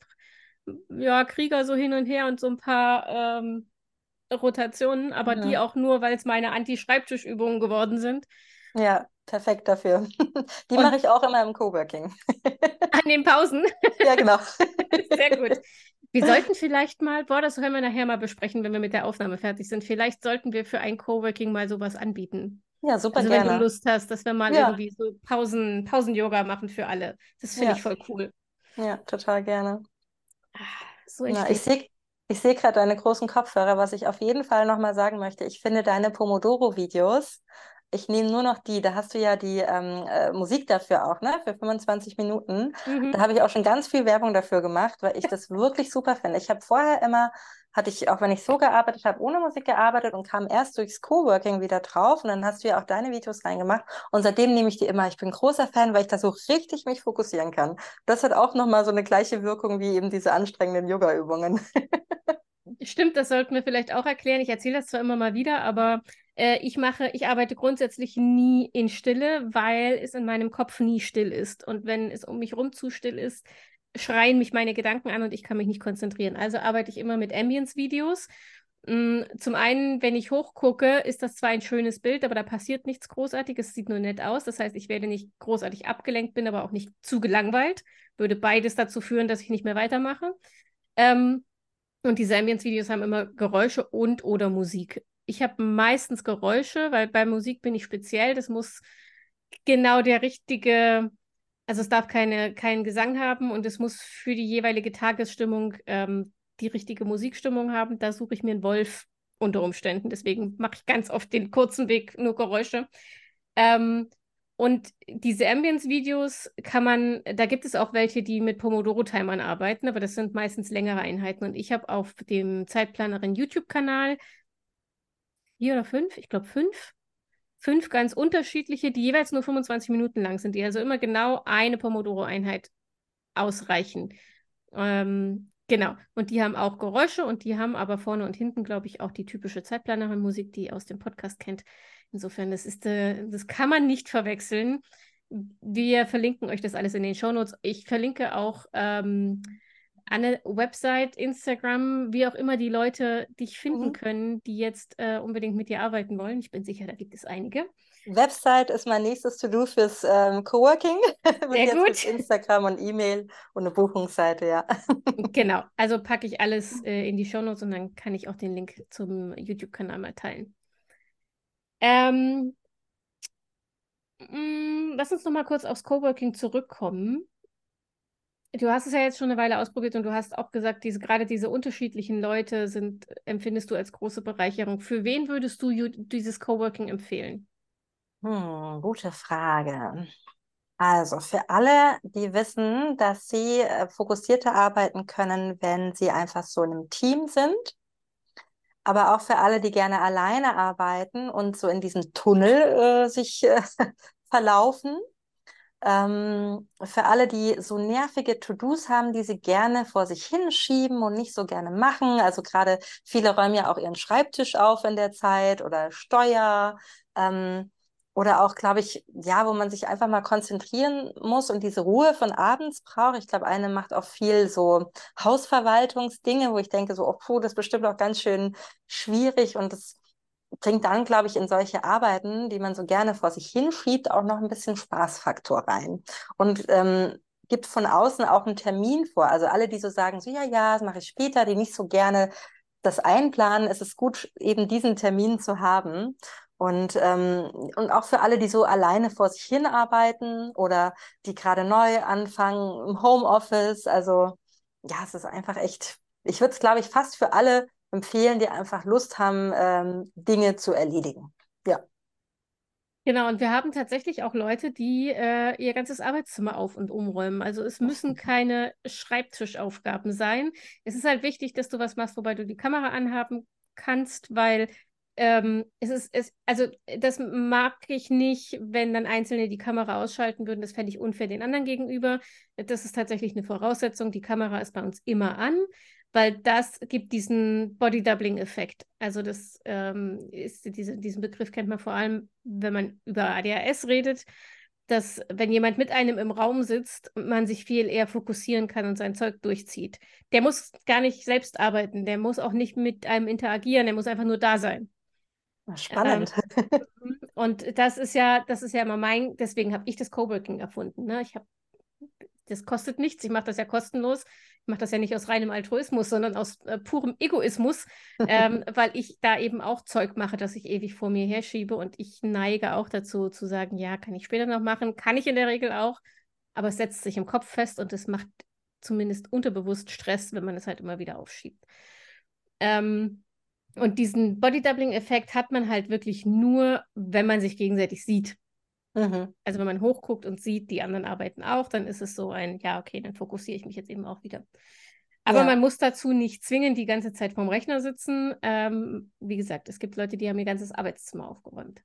ja, Krieger so hin und her und so ein paar ähm, Rotationen, aber die Mhm. auch nur, weil es meine Anti-Schreibtischübungen geworden sind. Ja, perfekt dafür. Die mache Und ich auch immer im Coworking. an den Pausen. Ja, genau. Sehr gut. Wir sollten vielleicht mal, boah, das können wir nachher mal besprechen, wenn wir mit der Aufnahme fertig sind. Vielleicht sollten wir für ein Coworking mal sowas anbieten. Ja, super Also wenn du gerne. Lust hast, dass wir mal Ja, irgendwie so Pausen, Pausen-Yoga machen für alle. Das finde ich ja, voll cool. ja, total gerne. Ah, so Na, ich entsteht. sehe ich seh gerade deine großen Kopfhörer, was ich auf jeden Fall nochmal sagen möchte. Ich finde deine Pomodoro-Videos, ich nehme nur noch die, da hast du ja die ähm, äh, Musik dafür auch, ne? Für fünfundzwanzig Minuten. Da Mhm. habe ich auch schon ganz viel Werbung dafür gemacht, weil ich das wirklich super finde. Ich habe vorher immer, hatte ich, auch wenn ich so gearbeitet habe, ohne Musik gearbeitet und kam erst durchs Coworking wieder drauf und dann hast du ja auch deine Videos reingemacht und seitdem nehme ich die immer. Ich bin großer Fan, weil ich da so richtig mich fokussieren kann. Das hat auch nochmal so eine gleiche Wirkung wie eben diese anstrengenden Yoga-Übungen. Stimmt, das sollten wir vielleicht auch erklären. Ich erzähle das zwar immer mal wieder, aber äh, ich mache, ich arbeite grundsätzlich nie in Stille, weil es in meinem Kopf nie still ist. Und wenn es um mich rum zu still ist, schreien mich meine Gedanken an und ich kann mich nicht konzentrieren. Also arbeite ich immer mit Ambience-Videos. Mm, Zum einen, wenn ich hochgucke, ist das zwar ein schönes Bild, aber da passiert nichts Großartiges, es sieht nur nett aus. Das heißt, ich werde nicht großartig abgelenkt, bin aber auch nicht zu gelangweilt. Würde beides dazu führen, dass ich nicht mehr weitermache. Ähm, und diese Ambience-Videos haben immer Geräusche und oder Musik. Ich habe meistens Geräusche, weil bei Musik bin ich speziell. Das muss genau der richtige, also es darf keine, keinen Gesang haben und es muss für die jeweilige Tagesstimmung ähm, die richtige Musikstimmung haben. Da suche ich mir einen Wolf unter Umständen. Deswegen mache ich ganz oft den kurzen Weg, nur Geräusche. Ähm, und diese Ambience-Videos kann man, da gibt es auch welche, die mit Pomodoro-Timern arbeiten, aber das sind meistens längere Einheiten. Und ich habe auf dem Zeitplanerin YouTube-Kanal vier oder fünf, ich glaube fünf, fünf ganz unterschiedliche, die jeweils nur fünfundzwanzig Minuten lang sind, die also immer genau eine Pomodoro-Einheit ausreichen. Ähm, genau. Und die haben auch Geräusche und die haben aber vorne und hinten, glaube ich, auch die typische Zeitplanerin-Musik, die ihr aus dem Podcast kennt. Insofern, das ist, äh, das kann man nicht verwechseln. Wir verlinken euch das alles in den Shownotes. Ich verlinke auch ähm, eine Website, Instagram, wie auch immer die Leute dich finden Mhm. können, die jetzt äh, unbedingt mit dir arbeiten wollen. Ich bin sicher, da gibt es einige. Website ist mein nächstes To-Do fürs ähm, Coworking. Wird Sehr jetzt mit gut. Instagram und E-Mail und eine Buchungsseite, ja. Genau, also packe ich alles äh, in die Shownotes und dann kann ich auch den Link zum YouTube-Kanal mal teilen. Ähm, mh, lass uns noch mal kurz aufs Coworking zurückkommen. Du hast es ja jetzt schon eine Weile ausprobiert und du hast auch gesagt, diese, gerade diese unterschiedlichen Leute sind, empfindest du als große Bereicherung. Für wen würdest du ju- dieses Coworking empfehlen? Hm, gute Frage. Also für alle, die wissen, dass sie äh, fokussierter arbeiten können, wenn sie einfach so in einem Team sind, aber auch für alle, die gerne alleine arbeiten und so in diesem Tunnel äh, sich äh, verlaufen. Ähm, für alle, die so nervige To-Dos haben, die sie gerne vor sich hinschieben und nicht so gerne machen. Also gerade viele räumen ja auch ihren Schreibtisch auf in der Zeit oder Steuer. Ähm, oder auch, glaube ich, ja, wo man sich einfach mal konzentrieren muss und diese Ruhe von abends braucht. Ich glaube, eine macht auch viel so Hausverwaltungsdinge, wo ich denke, so, oh, puh, das ist bestimmt auch ganz schön schwierig und das bringt dann, glaube ich, in solche Arbeiten, die man so gerne vor sich hinschiebt, auch noch ein bisschen Spaßfaktor rein. Und ähm, gibt von außen auch einen Termin vor. Also alle, die so sagen, so ja, ja, das mache ich später, die nicht so gerne das einplanen, es ist gut, eben diesen Termin zu haben. Und, ähm, und auch für alle, die so alleine vor sich hin arbeiten oder die gerade neu anfangen im Homeoffice. Also ja, es ist einfach echt, ich würde es, glaube ich, fast für alle empfehlen, die einfach Lust haben, ähm, Dinge zu erledigen. Ja. Genau, und wir haben tatsächlich auch Leute, die äh, ihr ganzes Arbeitszimmer auf- und umräumen. Also es müssen keine Schreibtischaufgaben sein. Es ist halt wichtig, dass du was machst, wobei du die Kamera anhaben kannst, weil ähm, es ist, es, also das mag ich nicht, wenn dann Einzelne die Kamera ausschalten würden. Das fände ich unfair den anderen gegenüber. Das ist tatsächlich eine Voraussetzung. Die Kamera ist bei uns immer an, weil das gibt diesen Body-Doubling-Effekt. Also das ähm, ist diese, diesen Begriff kennt man vor allem, wenn man über A D H S redet, dass wenn jemand mit einem im Raum sitzt, man sich viel eher fokussieren kann und sein Zeug durchzieht. Der muss gar nicht selbst arbeiten, der muss auch nicht mit einem interagieren, der muss einfach nur da sein. Ähm, Spannend. und das ist ja, das ist ja immer mein, deswegen habe ich das Coworking erfunden. Ne? Ich habe das kostet nichts. Ich mache das ja kostenlos. Ich mache das ja nicht aus reinem Altruismus, sondern aus äh, purem Egoismus, ähm, weil ich da eben auch Zeug mache, das ich ewig vor mir herschiebe. Und ich neige auch dazu zu sagen, ja, kann ich später noch machen. Kann ich in der Regel auch. Aber es setzt sich im Kopf fest und es macht zumindest unterbewusst Stress, wenn man es halt immer wieder aufschiebt. Ähm, und diesen Body-Doubling-Effekt hat man halt wirklich nur, wenn man sich gegenseitig sieht. Mhm. Also wenn man hochguckt und sieht, die anderen arbeiten auch, dann ist es so ein, ja, okay, dann fokussiere ich mich jetzt eben auch wieder. Aber man Ja. muss dazu nicht zwingend die ganze Zeit vorm Rechner sitzen. Ähm, wie gesagt, es gibt Leute, die haben ihr ganzes Arbeitszimmer aufgeräumt.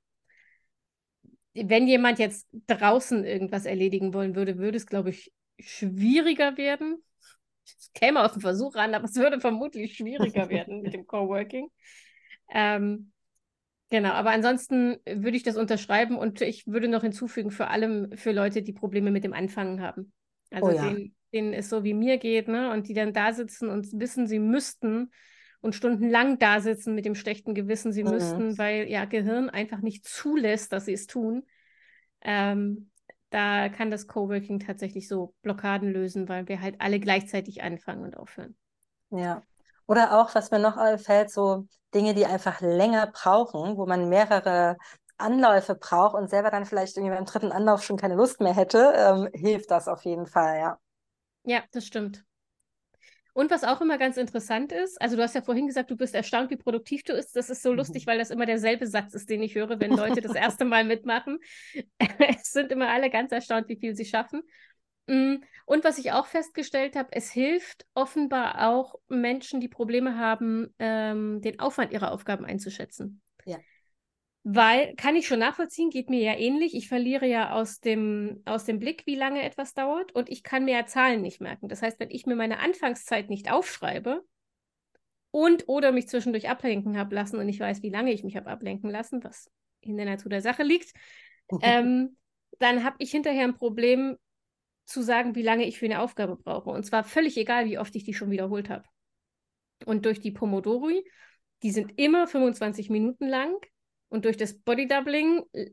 Wenn jemand jetzt draußen irgendwas erledigen wollen würde, würde es, glaube ich, schwieriger werden. Es käme auf den Versuch an, aber es würde vermutlich schwieriger werden mit dem Coworking. Ähm, Genau, aber ansonsten würde ich das unterschreiben und ich würde noch hinzufügen, vor allem für Leute, die Probleme mit dem Anfangen haben. Oh Also ja. denen, denen es so wie mir geht, ne? Und die dann da sitzen und wissen, sie müssten und stundenlang da sitzen mit dem schlechten Gewissen, sie Mhm. müssten, weil ja Gehirn einfach nicht zulässt, dass sie es tun. Ähm, Da kann das Coworking tatsächlich so Blockaden lösen, weil wir halt alle gleichzeitig anfangen und aufhören. Ja. Oder auch, was mir noch auffällt, so Dinge, die einfach länger brauchen, wo man mehrere Anläufe braucht und selber dann vielleicht irgendwie beim dritten Anlauf schon keine Lust mehr hätte, ähm, hilft das auf jeden Fall, ja. Ja, das stimmt. Und was auch immer ganz interessant ist, also du hast ja vorhin gesagt, du bist erstaunt, wie produktiv du bist. Das ist so lustig, Mhm. weil das immer derselbe Satz ist, den ich höre, wenn Leute das erste Mal mitmachen. Es sind immer alle ganz erstaunt, wie viel sie schaffen. Mm, Und was ich auch festgestellt habe, es hilft offenbar auch Menschen, die Probleme haben, ähm, den Aufwand ihrer Aufgaben einzuschätzen. Ja. Weil, kann ich schon nachvollziehen, geht mir ja ähnlich. Ich verliere ja aus dem, aus dem Blick, wie lange etwas dauert und ich kann mir ja Zahlen nicht merken. Das heißt, wenn ich mir meine Anfangszeit nicht aufschreibe, und oder mich zwischendurch ablenken habe lassen und ich weiß, wie lange ich mich habe ablenken lassen, was in der Natur der Sache liegt, ähm, dann habe ich hinterher ein Problem zu sagen, wie lange ich für eine Aufgabe brauche. Und zwar völlig egal, wie oft ich die schon wiederholt habe. Und durch die Pomodori, die sind immer fünfundzwanzig Minuten lang und durch das Bodydoubling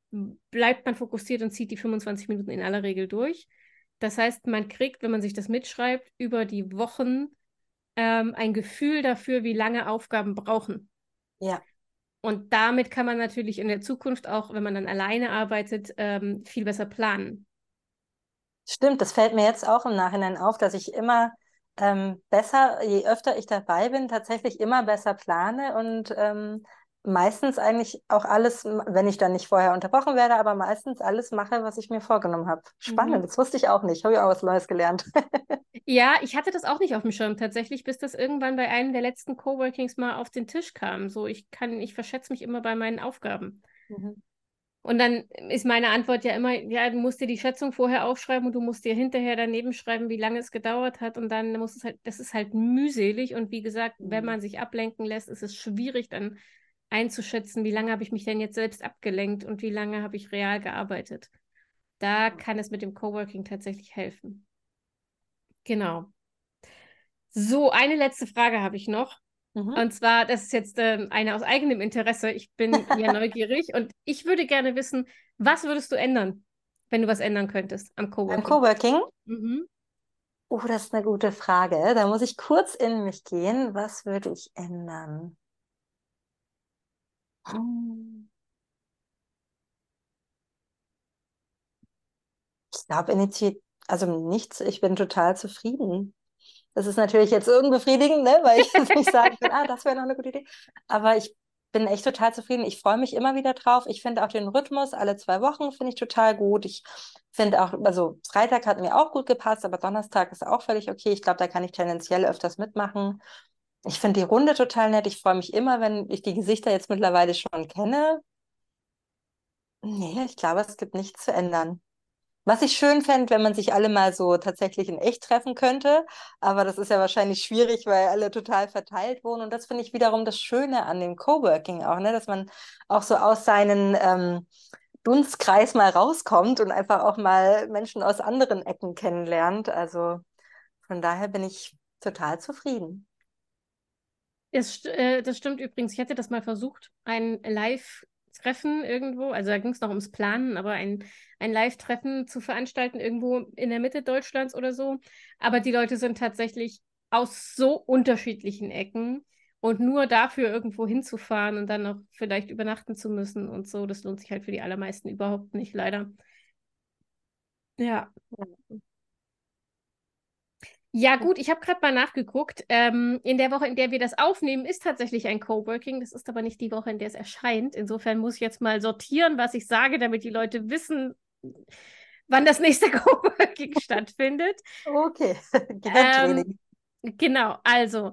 bleibt man fokussiert und zieht die fünfundzwanzig Minuten in aller Regel durch. Das heißt, man kriegt, wenn man sich das mitschreibt, über die Wochen ähm, ein Gefühl dafür, wie lange Aufgaben brauchen. Ja. Und damit kann man natürlich in der Zukunft auch, wenn man dann alleine arbeitet, ähm, viel besser planen. Stimmt, das fällt mir jetzt auch im Nachhinein auf, dass ich immer ähm, besser, je öfter ich dabei bin, tatsächlich immer besser plane und ähm, meistens eigentlich auch alles, wenn ich dann nicht vorher unterbrochen werde, aber meistens alles mache, was ich mir vorgenommen habe. Spannend, Mhm. das wusste ich auch nicht. Habe ich auch was Neues gelernt. Ja, ich hatte das auch nicht auf dem Schirm tatsächlich, bis das irgendwann bei einem der letzten Coworkings mal auf den Tisch kam. So, ich kann, ich verschätze mich immer bei meinen Aufgaben. Mhm. Und dann ist meine Antwort ja immer, ja, du musst dir die Schätzung vorher aufschreiben und du musst dir hinterher daneben schreiben, wie lange es gedauert hat. Und dann muss es halt, das ist halt mühselig. Und wie gesagt, wenn Mhm. man sich ablenken lässt, ist es schwierig, dann einzuschätzen, wie lange habe ich mich denn jetzt selbst abgelenkt und wie lange habe ich real gearbeitet. Da kann es mit dem Coworking tatsächlich helfen. Genau. So, eine letzte Frage habe ich noch. Mhm. Und zwar, das ist jetzt ähm, eine aus eigenem Interesse. Ich bin ja neugierig und ich würde gerne wissen, was würdest du ändern, wenn du was ändern könntest am Beim Coworking? Coworking? Mhm. Oh, das ist eine gute Frage. Da muss ich kurz in mich gehen. Was würde ich ändern? Hm. Ich glaube, initiiert, also nichts. Ich bin total zufrieden. Das ist natürlich jetzt unbefriedigend, ne? Weil ich jetzt nicht sagen kann, ah, das wäre noch eine gute Idee. Aber ich bin echt total zufrieden. Ich freue mich immer wieder drauf. Ich finde auch den Rhythmus alle zwei Wochen finde ich total gut. Ich finde auch, also Freitag hat mir auch gut gepasst, aber Donnerstag ist auch völlig okay. Ich glaube, da kann ich tendenziell öfters mitmachen. Ich finde die Runde total nett. Ich freue mich immer, wenn ich die Gesichter jetzt mittlerweile schon kenne. Nee, ich glaube, es gibt nichts zu ändern. Was ich schön fände, wenn man sich alle mal so tatsächlich in echt treffen könnte. Aber das ist ja wahrscheinlich schwierig, weil alle total verteilt wohnen. Und das finde ich wiederum das Schöne an dem Coworking auch, ne? Dass man auch so aus seinen ähm, Dunstkreis mal rauskommt und einfach auch mal Menschen aus anderen Ecken kennenlernt. Also von daher bin ich total zufrieden. Das, st- äh, das stimmt übrigens. Ich hatte das mal versucht, ein Live-Treffen irgendwo, also da ging es noch ums Planen, aber ein, ein Live-Treffen zu veranstalten irgendwo in der Mitte Deutschlands oder so. Aber die Leute sind tatsächlich aus so unterschiedlichen Ecken und nur dafür irgendwo hinzufahren und dann noch vielleicht übernachten zu müssen und so, das lohnt sich halt für die allermeisten überhaupt nicht, leider. Ja. Ja, gut, ich habe gerade mal nachgeguckt. Ähm, in der Woche, in der wir das aufnehmen, ist tatsächlich ein Coworking. Das ist aber nicht die Woche, in der es erscheint. Insofern muss ich jetzt mal sortieren, was ich sage, damit die Leute wissen, wann das nächste Coworking stattfindet. Okay, Ähm, Gehirntraining. genau, also,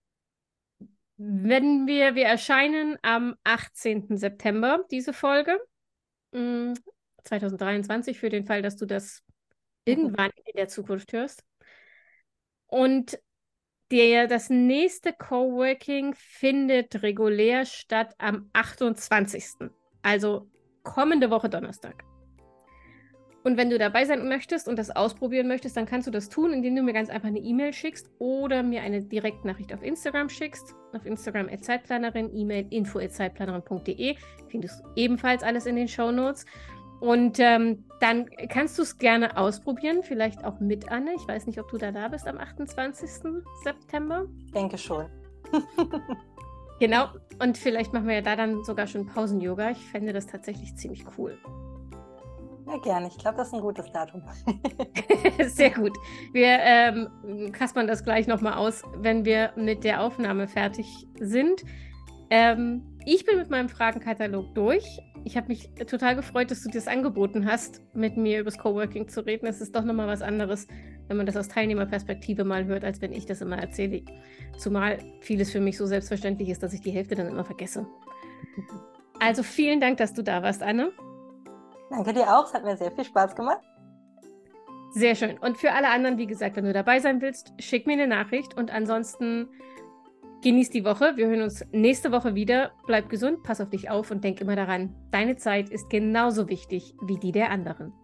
wenn wir, wir erscheinen am achtzehnten September, diese Folge, mh, zwanzig dreiundzwanzig, für den Fall, dass du das irgendwann in der Zukunft hörst. Und Der, das nächste Coworking findet regulär statt am achtundzwanzigsten Also kommende Woche Donnerstag. Und wenn du dabei sein möchtest und das ausprobieren möchtest, dann kannst du das tun, indem du mir ganz einfach eine E-Mail schickst oder mir eine Direktnachricht auf Instagram schickst. Auf Instagram at Zeitplanerin, E-Mail info at zeitplanerin punkt de. Findest du ebenfalls alles in den Shownotes. Und ähm, dann kannst du es gerne ausprobieren, vielleicht auch mit Anne. Ich weiß nicht, ob du da da bist am achtundzwanzigsten September. Ich denke schon. Genau. Und vielleicht machen wir ja da dann sogar schon Pausen-Yoga. Ich fände das tatsächlich ziemlich cool. Ja, gerne. Ich glaube, das ist ein gutes Datum. Sehr gut. Wir ähm, kaspern das gleich nochmal aus, wenn wir mit der Aufnahme fertig sind. Ähm, ich bin mit meinem Fragenkatalog durch. Ich habe mich total gefreut, dass du dir das angeboten hast, mit mir über das Coworking zu reden. Es ist doch nochmal was anderes, wenn man das aus Teilnehmerperspektive mal hört, als wenn ich das immer erzähle. Zumal vieles für mich so selbstverständlich ist, dass ich die Hälfte dann immer vergesse. Also vielen Dank, dass du da warst, Anne. Danke dir auch. Es hat mir sehr viel Spaß gemacht. Sehr schön. Und für alle anderen, wie gesagt, wenn du dabei sein willst, schick mir eine Nachricht und ansonsten genieß die Woche. Wir hören uns nächste Woche wieder. Bleib gesund, pass auf dich auf und denk immer daran, deine Zeit ist genauso wichtig wie die der anderen.